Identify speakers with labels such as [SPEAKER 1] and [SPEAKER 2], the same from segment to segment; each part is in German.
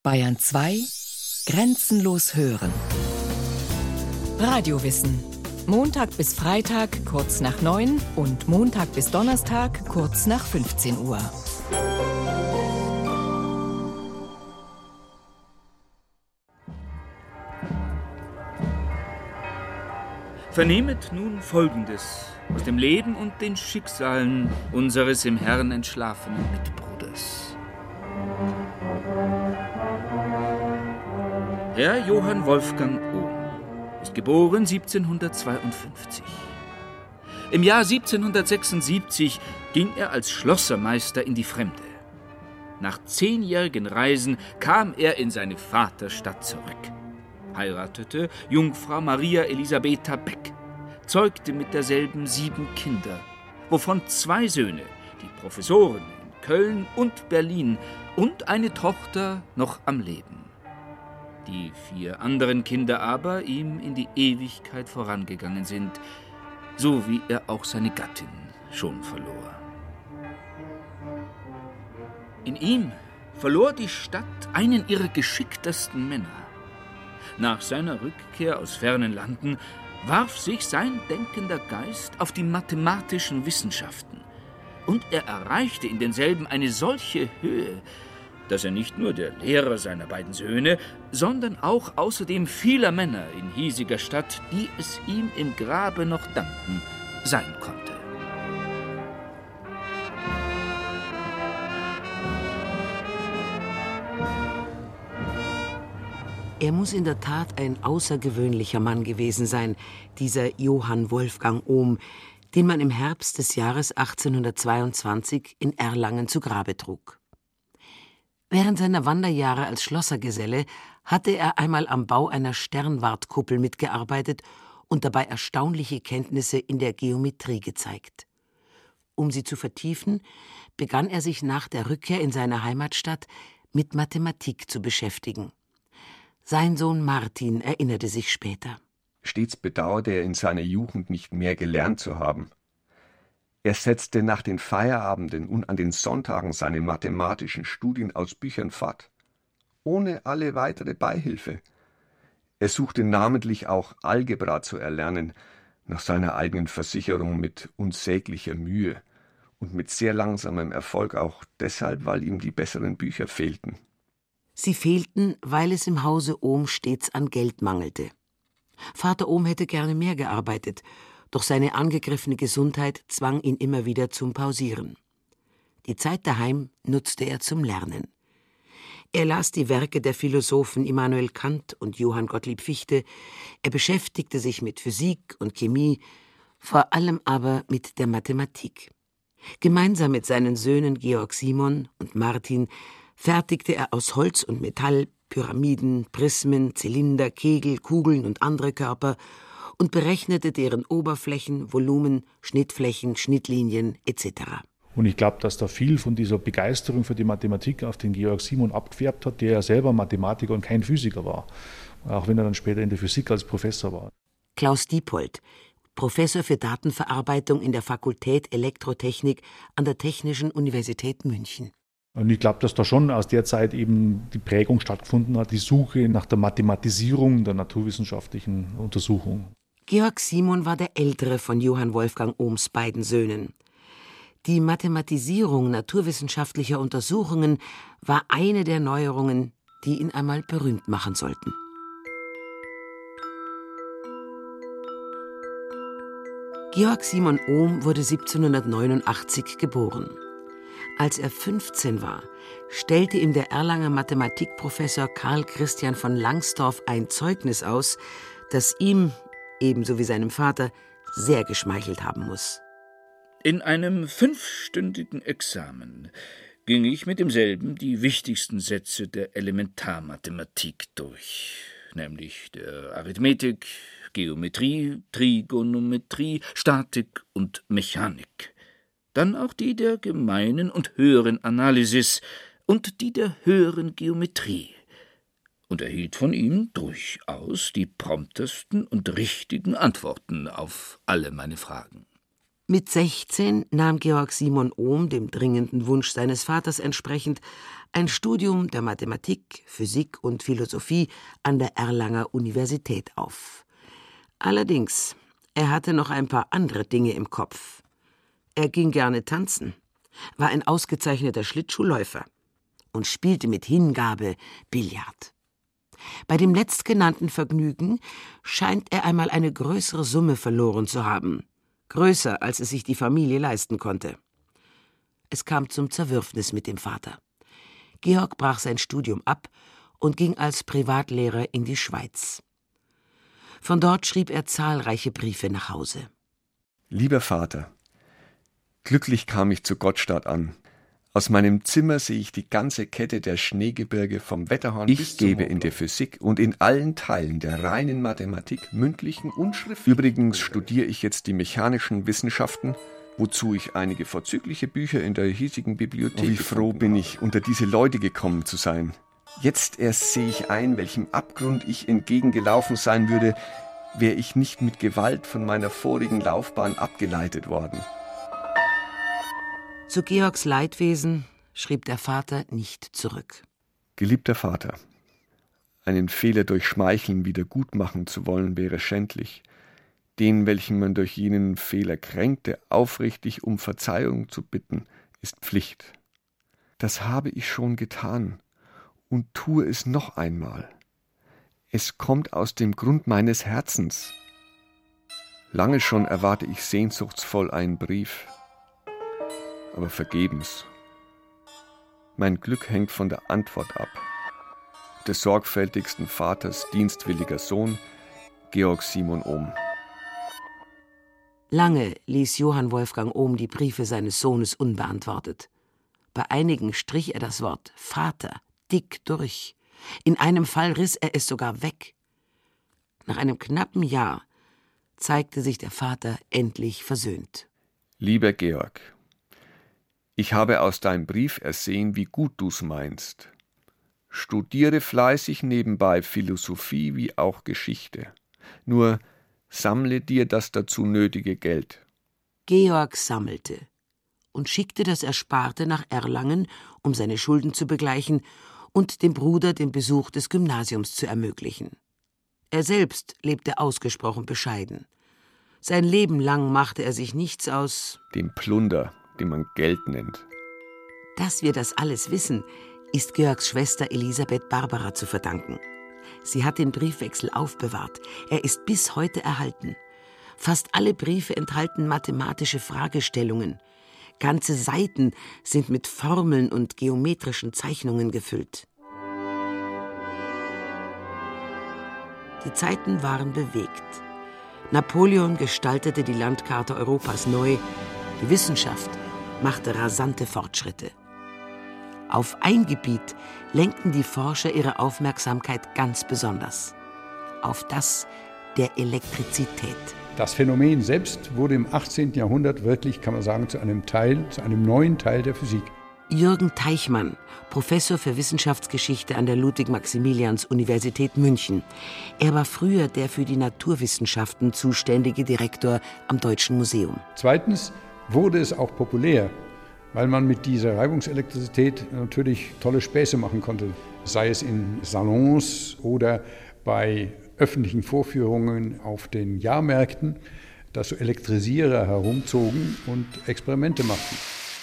[SPEAKER 1] Bayern 2 Grenzenlos hören. Radiowissen. Montag bis Freitag kurz nach 9 und Montag bis Donnerstag kurz nach 15 Uhr.
[SPEAKER 2] Vernehmet nun Folgendes aus dem Leben und den Schicksalen unseres im Herrn entschlafenen Mitbruders. Herr Johann Wolfgang Ohm ist geboren 1752. Im Jahr 1776 ging er als Schlossermeister in die Fremde. Nach 10-jährigen Reisen kam er in seine Vaterstadt zurück, heiratete Jungfrau Maria Elisabetha Beck, zeugte mit derselben 7 Kinder, wovon 2 Söhne, die Professoren in Köln und Berlin, und eine Tochter noch am Leben. Die 4 anderen Kinder aber ihm in die Ewigkeit vorangegangen sind, so wie er auch seine Gattin schon verlor. In ihm verlor die Stadt einen ihrer geschicktesten Männer. Nach seiner Rückkehr aus fernen Landen warf sich sein denkender Geist auf die mathematischen Wissenschaften, und er erreichte in denselben eine solche Höhe, dass er nicht nur der Lehrer seiner beiden Söhne, sondern auch außerdem vieler Männer in hiesiger Stadt, die es ihm im Grabe noch danken, sein konnte.
[SPEAKER 3] Er muss in der Tat ein außergewöhnlicher Mann gewesen sein, dieser Johann Wolfgang Ohm, den man im Herbst des Jahres 1822 in Erlangen zu Grabe trug. Während seiner Wanderjahre als Schlossergeselle hatte er einmal am Bau einer Sternwartkuppel mitgearbeitet und dabei erstaunliche Kenntnisse in der Geometrie gezeigt. Um sie zu vertiefen, begann er sich nach der Rückkehr in seine Heimatstadt mit Mathematik zu beschäftigen. Sein Sohn Martin erinnerte sich später.
[SPEAKER 4] Stets bedauerte er in seiner Jugend nicht mehr gelernt zu haben. Er setzte nach den Feierabenden und an den Sonntagen seine mathematischen Studien aus Büchern fort, ohne alle weitere Beihilfe. Er suchte namentlich auch Algebra zu erlernen, nach seiner eigenen Versicherung mit unsäglicher Mühe und mit sehr langsamem Erfolg, auch deshalb, weil ihm die besseren Bücher fehlten.
[SPEAKER 3] Sie fehlten, weil es im Hause Ohm stets an Geld mangelte. Vater Ohm hätte gerne mehr gearbeitet, doch seine angegriffene Gesundheit zwang ihn immer wieder zum Pausieren. Die Zeit daheim nutzte er zum Lernen. Er las die Werke der Philosophen Immanuel Kant und Johann Gottlieb Fichte, er beschäftigte sich mit Physik und Chemie, vor allem aber mit der Mathematik. Gemeinsam mit seinen Söhnen Georg Simon und Martin fertigte er aus Holz und Metall Pyramiden, Prismen, Zylinder, Kegel, Kugeln und andere Körper und berechnete deren Oberflächen, Volumen, Schnittflächen, Schnittlinien etc.
[SPEAKER 5] Und ich glaube, dass da viel von dieser Begeisterung für die Mathematik auf den Georg Simon abgefärbt hat, der ja selber Mathematiker und kein Physiker war, auch wenn er dann später in der Physik als Professor war.
[SPEAKER 3] Klaus Diepold, Professor für Datenverarbeitung in der Fakultät Elektrotechnik an der Technischen Universität München.
[SPEAKER 5] Und ich glaube, dass da schon aus der Zeit eben die Prägung stattgefunden hat, die Suche nach der Mathematisierung der naturwissenschaftlichen Untersuchung.
[SPEAKER 3] Georg Simon war der ältere von Johann Wolfgang Ohms beiden Söhnen. Die Mathematisierung naturwissenschaftlicher Untersuchungen war eine der Neuerungen, die ihn einmal berühmt machen sollten. Georg Simon Ohm wurde 1789 geboren. Als er 15 war, stellte ihm der Erlanger Mathematikprofessor Karl Christian von Langsdorff ein Zeugnis aus, das ihm, ebenso wie seinem Vater, sehr geschmeichelt haben muss.
[SPEAKER 2] In einem 5-stündigen Examen ging ich mit demselben die wichtigsten Sätze der Elementarmathematik durch, nämlich der Arithmetik, Geometrie, Trigonometrie, Statik und Mechanik. Dann auch die der gemeinen und höheren Analysis und die der höheren Geometrie und erhielt von ihm durchaus die promptesten und richtigen Antworten auf alle meine Fragen.
[SPEAKER 3] Mit 16 nahm Georg Simon Ohm, dem dringenden Wunsch seines Vaters entsprechend, ein Studium der Mathematik, Physik und Philosophie an der Erlanger Universität auf. Allerdings, er hatte noch ein paar andere Dinge im Kopf. Er ging gerne tanzen, war ein ausgezeichneter Schlittschuhläufer und spielte mit Hingabe Billard. Bei dem letztgenannten Vergnügen scheint er einmal eine größere Summe verloren zu haben, größer, als es sich die Familie leisten konnte. Es kam zum Zerwürfnis mit dem Vater. Georg brach sein Studium ab und ging als Privatlehrer in die Schweiz. Von dort schrieb er zahlreiche Briefe nach Hause.
[SPEAKER 4] Lieber Vater, glücklich kam ich zu Gottstadt an. Aus meinem Zimmer sehe ich die ganze Kette der Schneegebirge vom Wetterhorn bis zum Ich gebe in der Physik und in allen Teilen der reinen Mathematik, mündlichen und schriftlichen. Übrigens studiere ich jetzt die mechanischen Wissenschaften, wozu ich einige vorzügliche Bücher in der hiesigen Bibliothek. Wie froh bin ich, unter diese Leute gekommen zu sein. Jetzt erst sehe ich ein, welchem Abgrund ich entgegengelaufen sein würde, wäre ich nicht mit Gewalt von meiner vorigen Laufbahn abgeleitet worden.
[SPEAKER 3] Zu Georgs Leidwesen schrieb der Vater nicht zurück.
[SPEAKER 4] Geliebter Vater, einen Fehler durch Schmeicheln wieder gutmachen zu wollen, wäre schändlich. Den, welchen man durch jenen Fehler kränkte, aufrichtig um Verzeihung zu bitten, ist Pflicht. Das habe ich schon getan und tue es noch einmal. Es kommt aus dem Grund meines Herzens. Lange schon erwarte ich sehnsuchtsvoll einen Brief, aber vergebens. Mein Glück hängt von der Antwort ab. Des sorgfältigsten Vaters dienstwilliger Sohn, Georg Simon Ohm.
[SPEAKER 3] Lange ließ Johann Wolfgang Ohm die Briefe seines Sohnes unbeantwortet. Bei einigen strich er das Wort Vater dick durch. In einem Fall riss er es sogar weg. Nach einem knappen Jahr zeigte sich der Vater endlich versöhnt.
[SPEAKER 4] Lieber Georg, ich habe aus deinem Brief ersehen, wie gut du's meinst. Studiere fleißig nebenbei Philosophie wie auch Geschichte. Nur sammle dir das dazu nötige Geld.
[SPEAKER 3] Georg sammelte und schickte das Ersparte nach Erlangen, um seine Schulden zu begleichen und dem Bruder den Besuch des Gymnasiums zu ermöglichen. Er selbst lebte ausgesprochen bescheiden. Sein Leben lang machte er sich nichts aus
[SPEAKER 4] dem Plunder, den man Geld nennt.
[SPEAKER 3] Dass wir das alles wissen, ist Georgs Schwester Elisabeth Barbara zu verdanken. Sie hat den Briefwechsel aufbewahrt. Er ist bis heute erhalten. Fast alle Briefe enthalten mathematische Fragestellungen. Ganze Seiten sind mit Formeln und geometrischen Zeichnungen gefüllt. Die Zeiten waren bewegt. Napoleon gestaltete die Landkarte Europas neu. Die Wissenschaft machte rasante Fortschritte. Auf ein Gebiet lenkten die Forscher ihre Aufmerksamkeit ganz besonders: auf das der Elektrizität.
[SPEAKER 6] Das Phänomen selbst wurde im 18. Jahrhundert wirklich, kann man sagen, zu einem neuen Teil der Physik.
[SPEAKER 3] Jürgen Teichmann, Professor für Wissenschaftsgeschichte an der Ludwig-Maximilians-Universität München. Er war früher der für die Naturwissenschaften zuständige Direktor am Deutschen Museum.
[SPEAKER 6] Zweitens wurde es auch populär, weil man mit dieser Reibungselektrizität natürlich tolle Späße machen konnte. Sei es in Salons oder bei öffentlichen Vorführungen auf den Jahrmärkten, dass so Elektrisierer herumzogen und Experimente machten.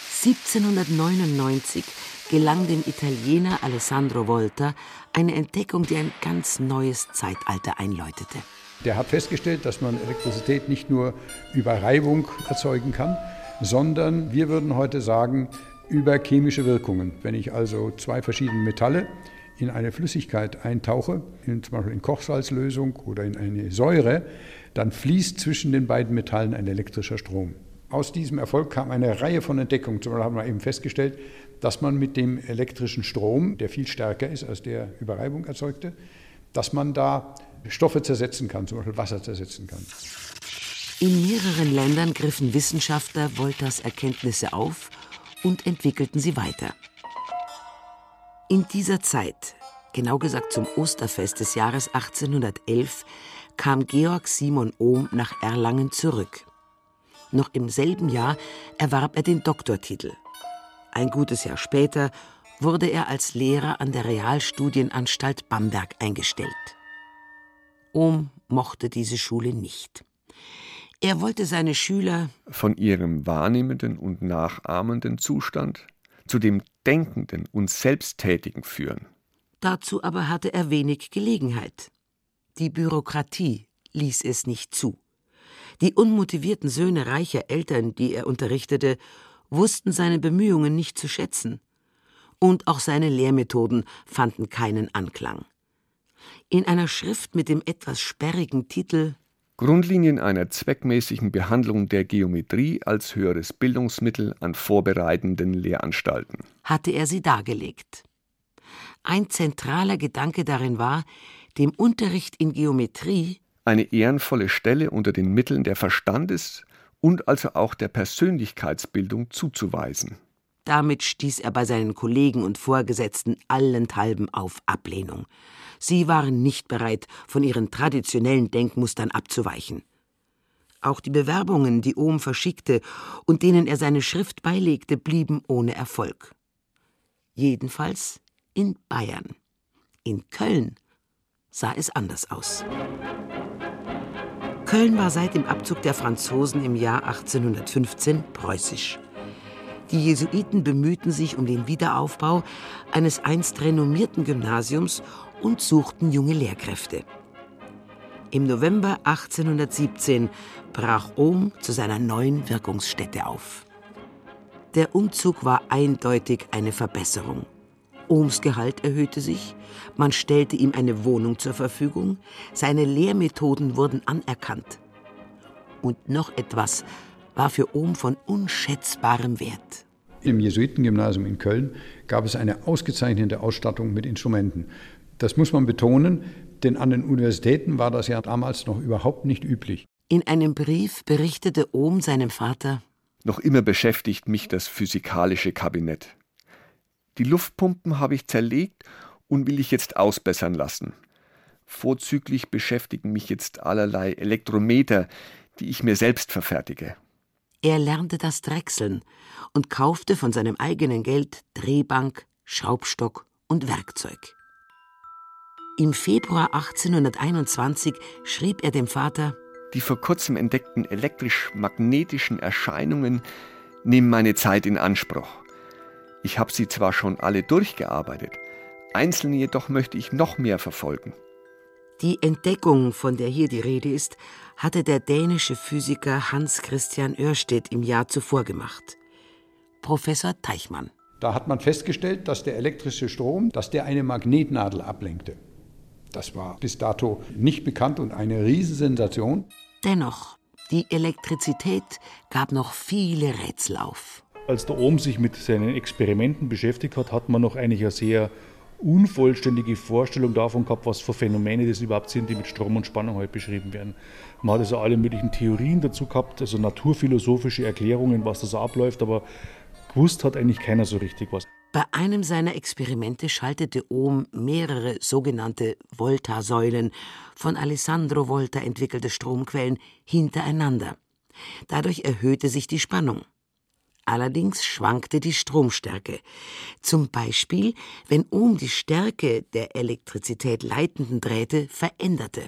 [SPEAKER 3] 1799 gelang dem Italiener Alessandro Volta eine Entdeckung, die ein ganz neues Zeitalter einläutete.
[SPEAKER 6] Der hat festgestellt, dass man Elektrizität nicht nur über Reibung erzeugen kann, sondern, wir würden heute sagen, über chemische Wirkungen. Wenn ich also zwei verschiedene Metalle in eine Flüssigkeit eintauche, zum Beispiel in Kochsalzlösung oder in eine Säure, dann fließt zwischen den beiden Metallen ein elektrischer Strom. Aus diesem Erfolg kam eine Reihe von Entdeckungen. Zum Beispiel haben wir eben festgestellt, dass man mit dem elektrischen Strom, der viel stärker ist als der über Reibung erzeugte, dass man da Stoffe zersetzen kann, zum Beispiel Wasser zersetzen kann.
[SPEAKER 3] In mehreren Ländern griffen Wissenschaftler Voltas Erkenntnisse auf und entwickelten sie weiter. In dieser Zeit, genau gesagt zum Osterfest des Jahres 1811, kam Georg Simon Ohm nach Erlangen zurück. Noch im selben Jahr erwarb er den Doktortitel. Ein gutes Jahr später wurde er als Lehrer an der Realstudienanstalt Bamberg eingestellt. Ohm mochte diese Schule nicht. Er wollte seine Schüler
[SPEAKER 4] von ihrem wahrnehmenden und nachahmenden Zustand zu dem Denkenden und Selbsttätigen führen.
[SPEAKER 3] Dazu aber hatte er wenig Gelegenheit. Die Bürokratie ließ es nicht zu. Die unmotivierten Söhne reicher Eltern, die er unterrichtete, wussten seine Bemühungen nicht zu schätzen. Und auch seine Lehrmethoden fanden keinen Anklang. In einer Schrift mit dem etwas sperrigen Titel
[SPEAKER 4] Grundlinien einer zweckmäßigen Behandlung der Geometrie als höheres Bildungsmittel an vorbereitenden Lehranstalten
[SPEAKER 3] hatte er sie dargelegt. Ein zentraler Gedanke darin war, dem Unterricht in Geometrie
[SPEAKER 4] eine ehrenvolle Stelle unter den Mitteln der Verstandes- und also auch der Persönlichkeitsbildung zuzuweisen.
[SPEAKER 3] Damit stieß er bei seinen Kollegen und Vorgesetzten allenthalben auf Ablehnung. Sie waren nicht bereit, von ihren traditionellen Denkmustern abzuweichen. Auch die Bewerbungen, die Ohm verschickte und denen er seine Schrift beilegte, blieben ohne Erfolg. Jedenfalls in Bayern. In Köln sah es anders aus. Köln war seit dem Abzug der Franzosen im Jahr 1815 preußisch. Die Jesuiten bemühten sich um den Wiederaufbau eines einst renommierten Gymnasiums und suchten junge Lehrkräfte. Im November 1817 brach Ohm zu seiner neuen Wirkungsstätte auf. Der Umzug war eindeutig eine Verbesserung. Ohms Gehalt erhöhte sich, man stellte ihm eine Wohnung zur Verfügung, seine Lehrmethoden wurden anerkannt. Und noch etwas war für Ohm von unschätzbarem Wert.
[SPEAKER 6] Im Jesuitengymnasium in Köln gab es eine ausgezeichnete Ausstattung mit Instrumenten. Das muss man betonen, denn an den Universitäten war das ja damals noch überhaupt nicht üblich.
[SPEAKER 3] In einem Brief berichtete Ohm seinem Vater:
[SPEAKER 4] Noch immer beschäftigt mich das physikalische Kabinett. Die Luftpumpen habe ich zerlegt und will ich jetzt ausbessern lassen. Vorzüglich beschäftigen mich jetzt allerlei Elektrometer, die ich mir selbst verfertige.
[SPEAKER 3] Er lernte das Drechseln und kaufte von seinem eigenen Geld Drehbank, Schraubstock und Werkzeug. Im Februar 1821 schrieb er dem Vater:
[SPEAKER 4] Die vor kurzem entdeckten elektrisch-magnetischen Erscheinungen nehmen meine Zeit in Anspruch. Ich habe sie zwar schon alle durchgearbeitet, einzelne jedoch möchte ich noch mehr verfolgen.
[SPEAKER 3] Die Entdeckung, von der hier die Rede ist, hatte der dänische Physiker Hans Christian Ørsted im Jahr zuvor gemacht. Professor Teichmann.
[SPEAKER 6] Da hat man festgestellt, dass der elektrische Strom, dass der eine Magnetnadel ablenkte. Das war bis dato nicht bekannt und eine Riesensensation.
[SPEAKER 3] Dennoch, die Elektrizität gab noch viele Rätsel auf.
[SPEAKER 5] Als der Ohm sich mit seinen Experimenten beschäftigt hat, hat man noch eigentlich eine sehr unvollständige Vorstellung davon gehabt, was für Phänomene das überhaupt sind, die mit Strom und Spannung halt beschrieben werden. Man hat also alle möglichen Theorien dazu gehabt, also naturphilosophische Erklärungen, was da so abläuft, aber gewusst hat eigentlich keiner so richtig was.
[SPEAKER 3] Bei einem seiner Experimente schaltete Ohm mehrere sogenannte Voltasäulen, von Alessandro Volta entwickelte Stromquellen, hintereinander. Dadurch erhöhte sich die Spannung. Allerdings schwankte die Stromstärke. Zum Beispiel, wenn Ohm die Stärke der Elektrizität leitenden Drähte veränderte.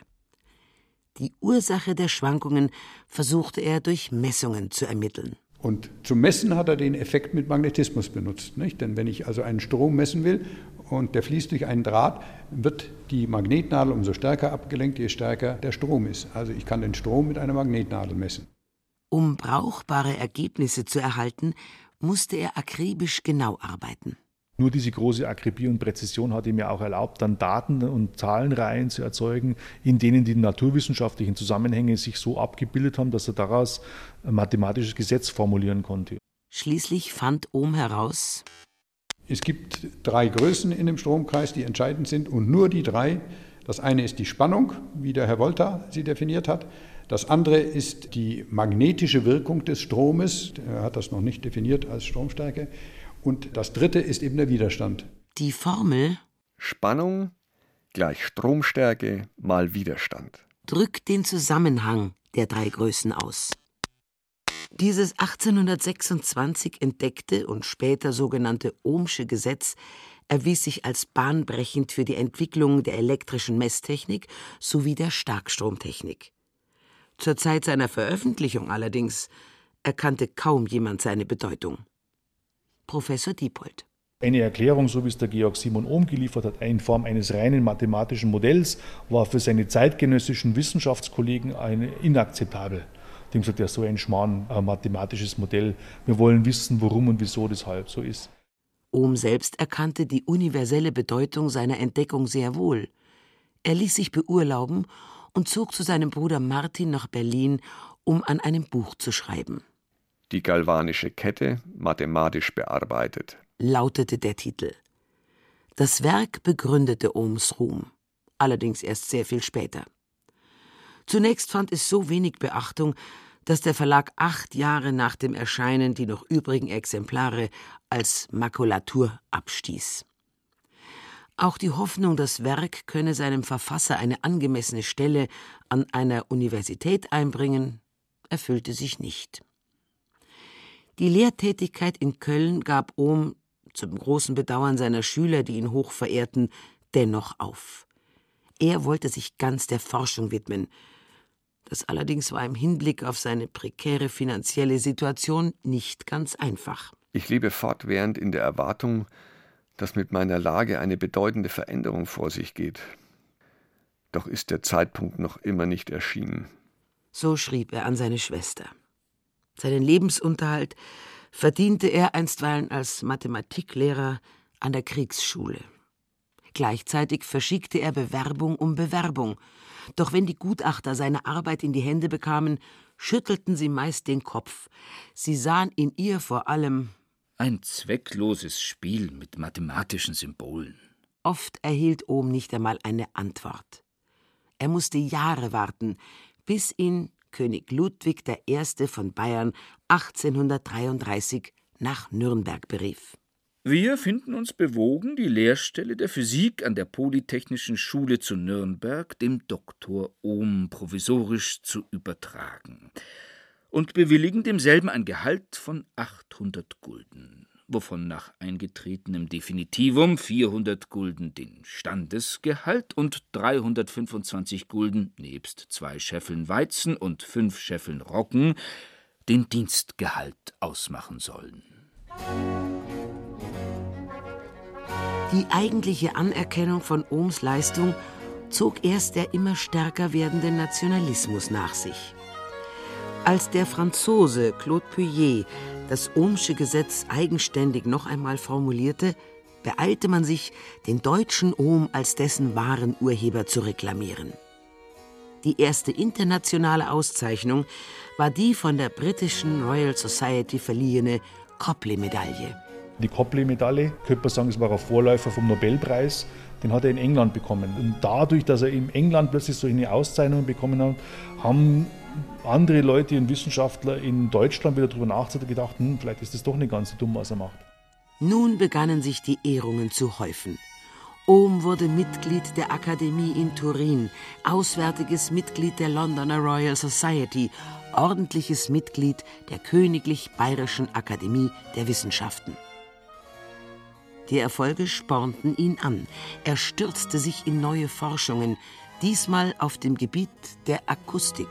[SPEAKER 3] Die Ursache der Schwankungen versuchte er durch Messungen zu ermitteln.
[SPEAKER 6] Und zum Messen hat er den Effekt mit Magnetismus benutzt. Nicht? Denn wenn ich also einen Strom messen will und der fließt durch einen Draht, wird die Magnetnadel umso stärker abgelenkt, je stärker der Strom ist. Also ich kann den Strom mit einer Magnetnadel messen.
[SPEAKER 3] Um brauchbare Ergebnisse zu erhalten, musste er akribisch genau arbeiten.
[SPEAKER 5] Nur diese große Akribie und Präzision hat ihm ja auch erlaubt, dann Daten und Zahlenreihen zu erzeugen, in denen die naturwissenschaftlichen Zusammenhänge sich so abgebildet haben, dass er daraus ein mathematisches Gesetz formulieren konnte.
[SPEAKER 3] Schließlich fand Ohm heraus:
[SPEAKER 6] Es gibt 3 Größen in dem Stromkreis, die entscheidend sind, und nur die 3. Das eine ist die Spannung, wie der Herr Volta sie definiert hat. Das andere ist die magnetische Wirkung des Stromes. Er hat das noch nicht definiert als Stromstärke. Und das dritte ist eben der Widerstand.
[SPEAKER 3] Die Formel
[SPEAKER 4] Spannung gleich Stromstärke mal Widerstand
[SPEAKER 3] drückt den Zusammenhang der 3 Größen aus. Dieses 1826 entdeckte und später sogenannte Ohmsche Gesetz erwies sich als bahnbrechend für die Entwicklung der elektrischen Messtechnik sowie der Starkstromtechnik. Zur Zeit seiner Veröffentlichung allerdings erkannte kaum jemand seine Bedeutung. Professor Diepold.
[SPEAKER 5] Eine Erklärung, so wie es der Georg Simon Ohm geliefert hat, in Form eines reinen mathematischen Modells, war für seine zeitgenössischen Wissenschaftskollegen inakzeptabel. Die haben gesagt, ja, so ein Schmarrn, ein mathematisches Modell. Wir wollen wissen, warum und wieso das halb so ist.
[SPEAKER 3] Ohm selbst erkannte die universelle Bedeutung seiner Entdeckung sehr wohl. Er ließ sich beurlauben und zog zu seinem Bruder Martin nach Berlin, um an einem Buch zu schreiben.
[SPEAKER 4] Die galvanische Kette mathematisch bearbeitet,
[SPEAKER 3] lautete der Titel. Das Werk begründete Ohms Ruhm, allerdings erst sehr viel später. Zunächst fand es so wenig Beachtung, dass der Verlag 8 Jahre nach dem Erscheinen die noch übrigen Exemplare als Makulatur abstieß. Auch die Hoffnung, das Werk könne seinem Verfasser eine angemessene Stelle an einer Universität einbringen, erfüllte sich nicht. Die Lehrtätigkeit in Köln gab Ohm, zum großen Bedauern seiner Schüler, die ihn hoch verehrten, dennoch auf. Er wollte sich ganz der Forschung widmen. Das allerdings war im Hinblick auf seine prekäre finanzielle Situation nicht ganz einfach.
[SPEAKER 4] Ich lebe fortwährend in der Erwartung, dass mit meiner Lage eine bedeutende Veränderung vor sich geht. Doch ist der Zeitpunkt noch immer nicht erschienen.
[SPEAKER 3] So schrieb er an seine Schwester. Seinen Lebensunterhalt verdiente er einstweilen als Mathematiklehrer an der Kriegsschule. Gleichzeitig verschickte er Bewerbung um Bewerbung. Doch wenn die Gutachter seine Arbeit in die Hände bekamen, schüttelten sie meist den Kopf. Sie sahen in ihr vor allem
[SPEAKER 2] ein zweckloses Spiel mit mathematischen Symbolen.
[SPEAKER 3] Oft erhielt Ohm nicht einmal eine Antwort. Er musste Jahre warten, bis ihn König Ludwig I. von Bayern 1833 nach Nürnberg berief.
[SPEAKER 2] Wir finden uns bewogen, die Lehrstelle der Physik an der Polytechnischen Schule zu Nürnberg dem Doktor Ohm provisorisch zu übertragen und bewilligen demselben ein Gehalt von 800 Gulden, wovon nach eingetretenem Definitivum 400 Gulden den Standesgehalt und 325 Gulden nebst 2 Scheffeln Weizen und 5 Scheffeln Roggen den Dienstgehalt ausmachen sollen.
[SPEAKER 3] Die eigentliche Anerkennung von Ohms Leistung zog erst der immer stärker werdende Nationalismus nach sich. Als der Franzose Claude Puyer das Ohmsche Gesetz eigenständig noch einmal formulierte, beeilte man sich, den deutschen Ohm als dessen wahren Urheber zu reklamieren. Die erste internationale Auszeichnung war die von der britischen Royal Society verliehene Copley-Medaille.
[SPEAKER 5] Die Copley-Medaille, könnte man sagen, es war ein Vorläufer vom Nobelpreis, den hat er in England bekommen. Und dadurch, dass er in England plötzlich so eine Auszeichnung bekommen hat, haben andere Leute und Wissenschaftler in Deutschland wieder darüber nachgedacht, vielleicht ist das doch nicht ganz so dumm, was er macht.
[SPEAKER 3] Nun begannen sich die Ehrungen zu häufen. Ohm wurde Mitglied der Akademie in Turin, auswärtiges Mitglied der Londoner Royal Society, ordentliches Mitglied der Königlich Bayerischen Akademie der Wissenschaften. Die Erfolge spornten ihn an. Er stürzte sich in neue Forschungen, diesmal auf dem Gebiet der Akustik.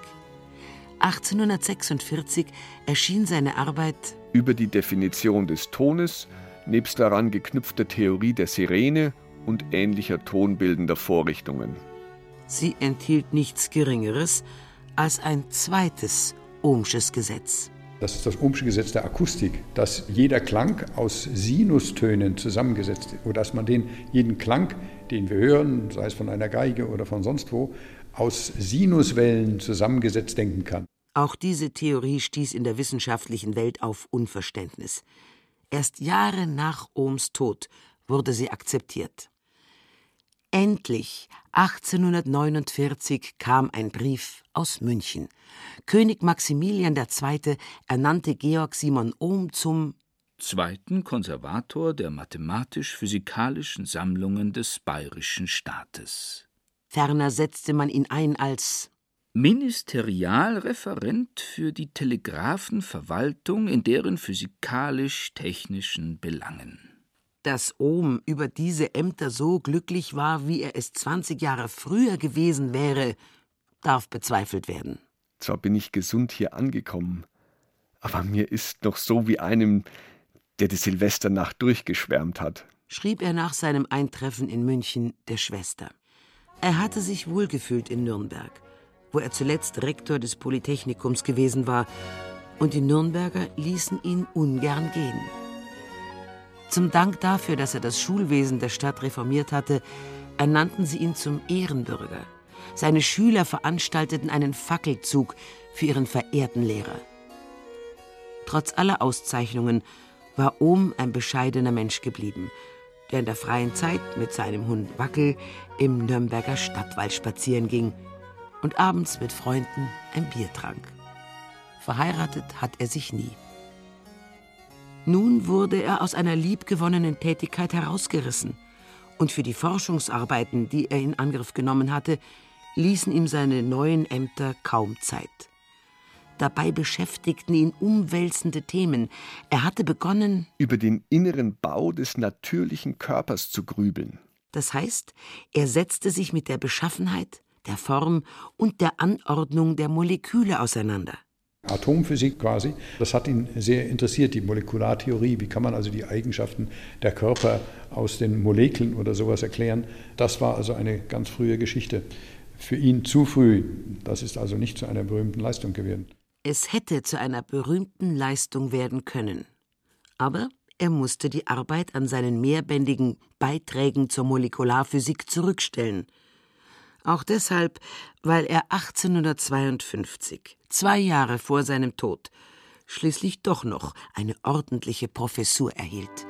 [SPEAKER 3] 1846 erschien seine Arbeit
[SPEAKER 4] über die Definition des Tones, nebst daran geknüpfter Theorie der Sirene und ähnlicher tonbildender Vorrichtungen.
[SPEAKER 3] Sie enthielt nichts Geringeres als ein zweites Ohmsches Gesetz.
[SPEAKER 6] Das ist das Ohmsche Gesetz der Akustik, dass jeder Klang aus Sinustönen zusammengesetzt ist, oder dass man jeden Klang, den wir hören, sei es von einer Geige oder von sonst wo, aus Sinuswellen zusammengesetzt denken kann.
[SPEAKER 3] Auch diese Theorie stieß in der wissenschaftlichen Welt auf Unverständnis. Erst Jahre nach Ohms Tod wurde sie akzeptiert. Endlich, 1849, kam ein Brief aus München. König Maximilian II. Ernannte Georg Simon Ohm zum
[SPEAKER 2] zweiten Konservator der mathematisch-physikalischen Sammlungen des bayerischen Staates.
[SPEAKER 3] Ferner setzte man ihn ein als
[SPEAKER 2] Ministerialreferent für die Telegrafenverwaltung in deren physikalisch-technischen Belangen.
[SPEAKER 3] Dass Ohm über diese Ämter so glücklich war, wie er es 20 Jahre früher gewesen wäre, darf bezweifelt werden.
[SPEAKER 4] Zwar bin ich gesund hier angekommen, aber mir ist noch so wie einem, der die Silvesternacht durchgeschwärmt hat,
[SPEAKER 3] schrieb er nach seinem Eintreffen in München der Schwester. Er hatte sich wohlgefühlt in Nürnberg, wo er zuletzt Rektor des Polytechnikums gewesen war, und die Nürnberger ließen ihn ungern gehen. Zum Dank dafür, dass er das Schulwesen der Stadt reformiert hatte, ernannten sie ihn zum Ehrenbürger. Seine Schüler veranstalteten einen Fackelzug für ihren verehrten Lehrer. Trotz aller Auszeichnungen war Ohm ein bescheidener Mensch geblieben, der in der freien Zeit mit seinem Hund Wackel im Nürnberger Stadtwald spazieren ging und abends mit Freunden ein Bier trank. Verheiratet hat er sich nie. Nun wurde er aus einer liebgewonnenen Tätigkeit herausgerissen, und für die Forschungsarbeiten, die er in Angriff genommen hatte, ließen ihm seine neuen Ämter kaum Zeit. Dabei beschäftigten ihn umwälzende Themen. Er hatte begonnen,
[SPEAKER 4] über den inneren Bau des natürlichen Körpers zu grübeln.
[SPEAKER 3] Das heißt, er setzte sich mit der Beschaffenheit, der Form und der Anordnung der Moleküle auseinander.
[SPEAKER 6] Atomphysik quasi, das hat ihn sehr interessiert, die Molekulartheorie. Wie kann man also die Eigenschaften der Körper aus den Moleküln oder sowas erklären? Das war also eine ganz frühe Geschichte. Für ihn zu früh. Das ist also nicht zu einer berühmten Leistung geworden.
[SPEAKER 3] Es hätte zu einer berühmten Leistung werden können. Aber er musste die Arbeit an seinen mehrbändigen Beiträgen zur Molekularphysik zurückstellen. Auch deshalb, weil er 1852, 2 Jahre vor seinem Tod, schließlich doch noch eine ordentliche Professur erhielt.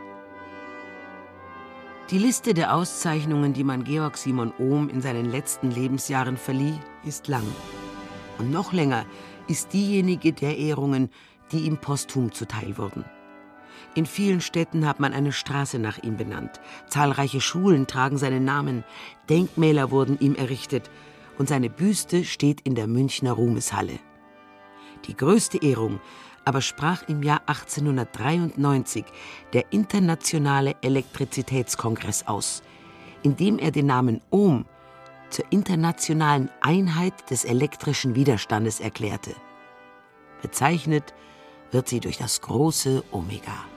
[SPEAKER 3] Die Liste der Auszeichnungen, die man Georg Simon Ohm in seinen letzten Lebensjahren verlieh, ist lang. Und noch länger ist diejenige der Ehrungen, die ihm posthum zuteil wurden. In vielen Städten hat man eine Straße nach ihm benannt. Zahlreiche Schulen tragen seinen Namen. Denkmäler wurden ihm errichtet. Und seine Büste steht in der Münchner Ruhmeshalle. Die größte Ehrung aber sprach im Jahr 1893 der Internationale Elektrizitätskongress aus, in dem er den Namen Ohm zur internationalen Einheit des elektrischen Widerstandes erklärte. Bezeichnet wird sie durch das große Omega.